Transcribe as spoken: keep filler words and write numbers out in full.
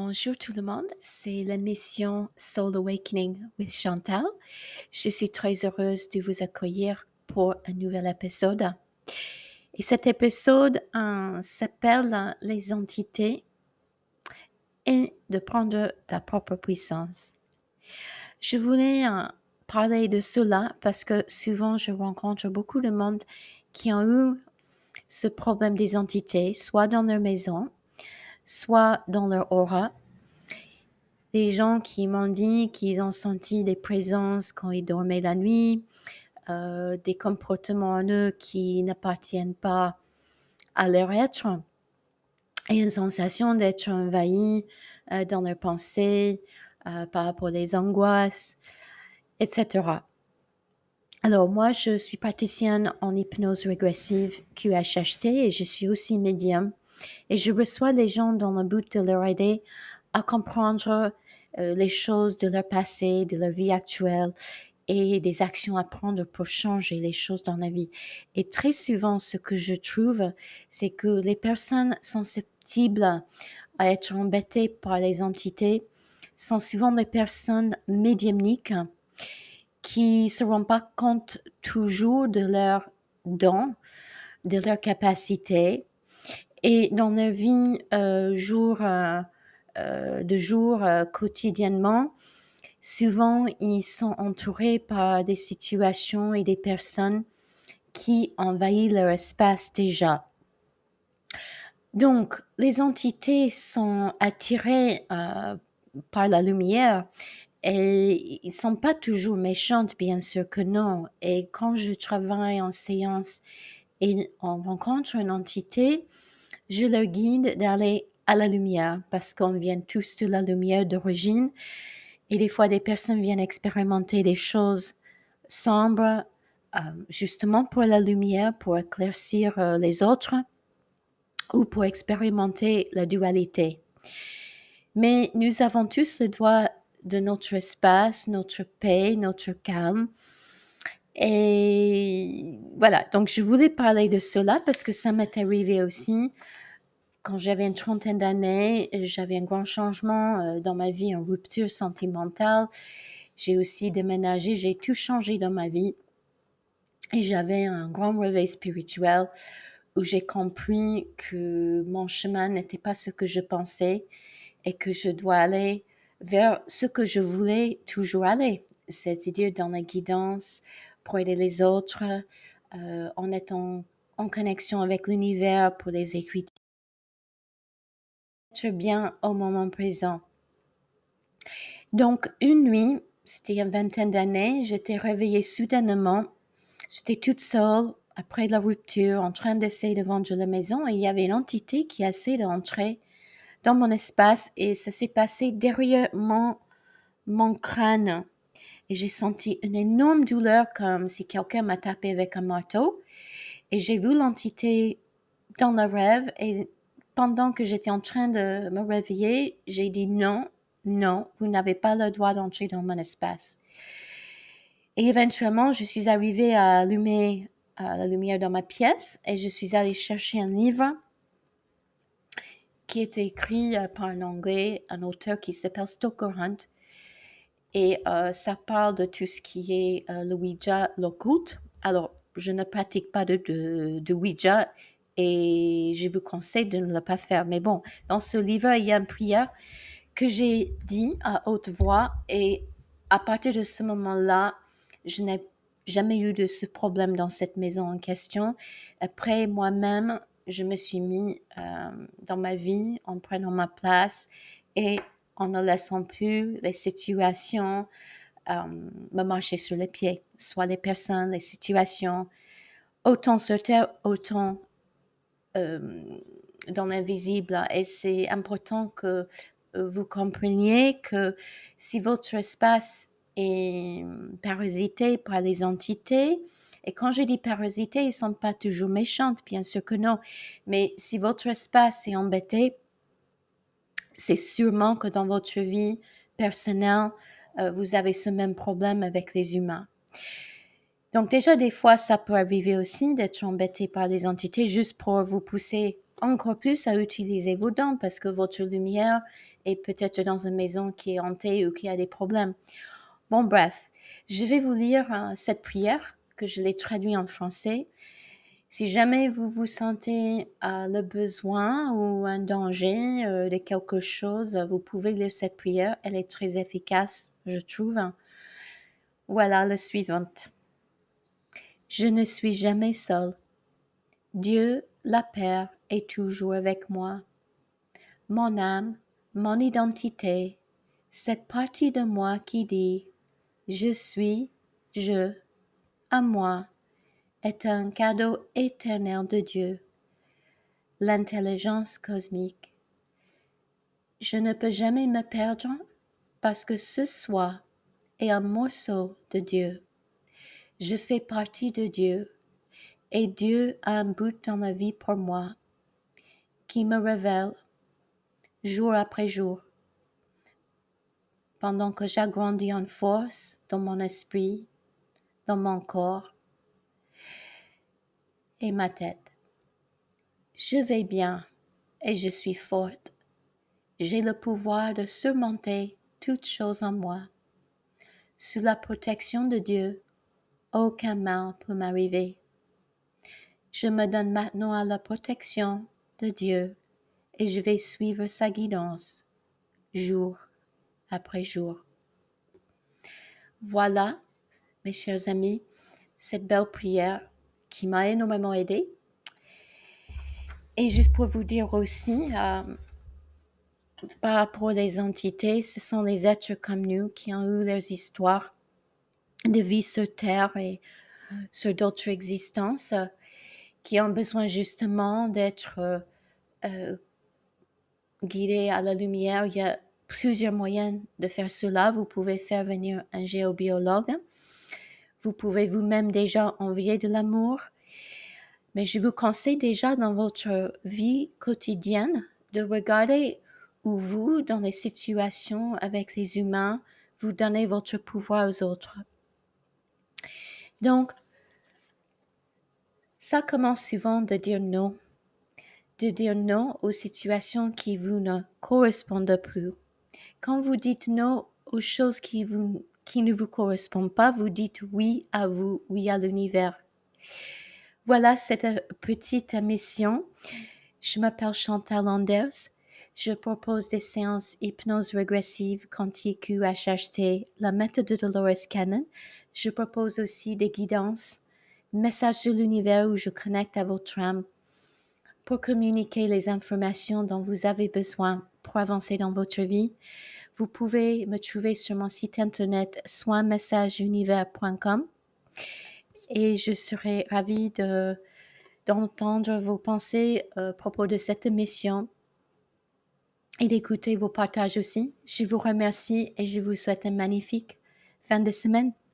Bonjour tout le monde, c'est l'émission Soul Awakening with Chantal. Je suis très heureuse de vous accueillir pour un nouvel épisode. Et cet épisode euh, s'appelle Les entités et de prendre ta propre puissance. Je voulais euh, parler de cela parce que souvent je rencontre beaucoup de monde qui ont eu ce problème des entités, soit dans leur maison, soit dans leur aura. Des gens qui m'ont dit qu'ils ont senti des présences quand ils dormaient la nuit, euh, des comportements en eux qui n'appartiennent pas à leur être, et une sensation d'être envahis euh, dans leurs pensées euh, par rapport aux angoisses, et cetera. Alors moi, je suis praticienne en hypnose régressive Q H H T et je suis aussi médium. Et je reçois les gens dans le but de leur aider à comprendre euh, les choses de leur passé, de leur vie actuelle et des actions à prendre pour changer les choses dans la vie. Et très souvent, ce que je trouve, c'est que les personnes susceptibles à être embêtées par les entités sont souvent des personnes médiumniques qui ne se rendent pas compte toujours de leurs dons, de leurs capacités. Et dans leur vie euh, jour euh, euh, de jour, euh, quotidiennement, souvent ils sont entourés par des situations et des personnes qui envahissent leur espace déjà. Donc, les entités sont attirées euh, par la lumière et ils sont pas toujours méchantes, bien sûr que non. Et quand je travaille en séance et on rencontre une entité, je leur guide d'aller à la lumière parce qu'on vient tous de la lumière d'origine et des fois des personnes viennent expérimenter des choses sombres euh, justement pour la lumière, pour éclaircir euh, les autres ou pour expérimenter la dualité. Mais nous avons tous le droit de notre espace, notre paix, notre calme. Et voilà, donc je voulais parler de cela parce que ça m'est arrivé aussi. Quand j'avais une trentaine d'années, j'avais un grand changement euh, dans ma vie, une rupture sentimentale. J'ai aussi déménagé, j'ai tout changé dans ma vie. Et j'avais un grand réveil spirituel où j'ai compris que mon chemin n'était pas ce que je pensais et que je dois aller vers ce que je voulais toujours aller, c'est-à-dire dans la guidance, pour aider les autres, euh, en étant en connexion avec l'univers pour les écrire bien au moment présent. Donc, une nuit, c'était il y a une vingtaine d'années, j'étais réveillée soudainement. J'étais toute seule après la rupture, en train d'essayer de vendre la maison et il y avait une entité qui a essayé d'entrer dans mon espace et ça s'est passé derrière mon, mon crâne. Et j'ai senti une énorme douleur comme si quelqu'un m'a tapé avec un marteau. Et j'ai vu l'entité dans le rêve et pendant que j'étais en train de me réveiller, j'ai dit non, non, vous n'avez pas le droit d'entrer dans mon espace. Et éventuellement, je suis arrivée à allumer euh, la lumière dans ma pièce et je suis allée chercher un livre qui était écrit euh, par un Anglais, un auteur qui s'appelle Stoker Hunt. Et euh, ça parle de tout ce qui est euh, le Ouija, l'occulte. Alors, je ne pratique pas de, de, de Ouija et je vous conseille de ne le pas faire. Mais bon, dans ce livre, il y a une prière que j'ai dit à haute voix et à partir de ce moment-là, je n'ai jamais eu de ce problème dans cette maison en question. Après, moi-même, je me suis mis euh, dans ma vie en prenant ma place et en ne laissant plus les situations euh, me marcher sur les pieds, soit les personnes, les situations, autant sur terre, autant euh, dans l'invisible. Et c'est important que vous compreniez que si votre espace est parasité par les entités, et quand je dis parasité, ils ne sont pas toujours méchantes, bien sûr que non, mais si votre espace est embêté, c'est sûrement que dans votre vie personnelle, euh, vous avez ce même problème avec les humains. Donc déjà, des fois, ça peut arriver aussi d'être embêté par des entités juste pour vous pousser encore plus à utiliser vos dons parce que votre lumière et peut-être dans une maison qui est hantée ou qui a des problèmes. Bon, bref, je vais vous lire euh, cette prière que je l'ai traduite en français. Si jamais vous vous sentez euh, le besoin ou un danger euh, de quelque chose, vous pouvez lire cette prière. Elle est très efficace, je trouve. Voilà la suivante. Je ne suis jamais seul. Dieu, la Père, est toujours avec moi. Mon âme, mon identité, cette partie de moi qui dit « Je suis, je, à moi » est un cadeau éternel de Dieu, l'intelligence cosmique. Je ne peux jamais me perdre parce que ce soi est un morceau de Dieu. Je fais partie de Dieu et Dieu a un but dans ma vie pour moi qui me révèle jour après jour. Pendant que j'agrandis en force dans mon esprit, dans mon corps et ma tête. Je vais bien et je suis forte. J'ai le pouvoir de surmonter toutes choses en moi. Sous la protection de Dieu, aucun mal peut m'arriver. Je me donne maintenant à la protection de Dieu et je vais suivre sa guidance jour après jour. Voilà, mes chers amis, cette belle prière qui m'a énormément aidée. Et juste pour vous dire aussi, euh, par rapport aux entités, ce sont les êtres comme nous qui ont eu leurs histoires de vie sur Terre et sur d'autres existences, euh, qui ont besoin justement d'être euh, euh, guidés à la lumière. Il y a plusieurs moyens de faire cela. Vous pouvez faire venir un géobiologue. Vous pouvez vous-même déjà envoyer de l'amour. Mais je vous conseille déjà dans votre vie quotidienne de regarder où vous, dans les situations avec les humains, vous donnez votre pouvoir aux autres. Donc, ça commence souvent de dire non, de dire non aux situations qui vous ne correspondent plus. Quand vous dites non aux choses qui, vous, qui ne vous correspondent pas, vous dites oui à vous, oui à l'univers. Voilà cette petite mission. Je m'appelle Chantal Anders. Je propose des séances hypnose régressive, quantique U H H T, la méthode de Dolores Cannon. Je propose aussi des guidances, messages de l'univers où je connecte à votre âme pour communiquer les informations dont vous avez besoin pour avancer dans votre vie. Vous pouvez me trouver sur mon site internet soin message univers point com et je serai ravie de, d'entendre vos pensées à propos de cette émission et d'écouter vos partages aussi. Je vous remercie et je vous souhaite une magnifique fin de semaine.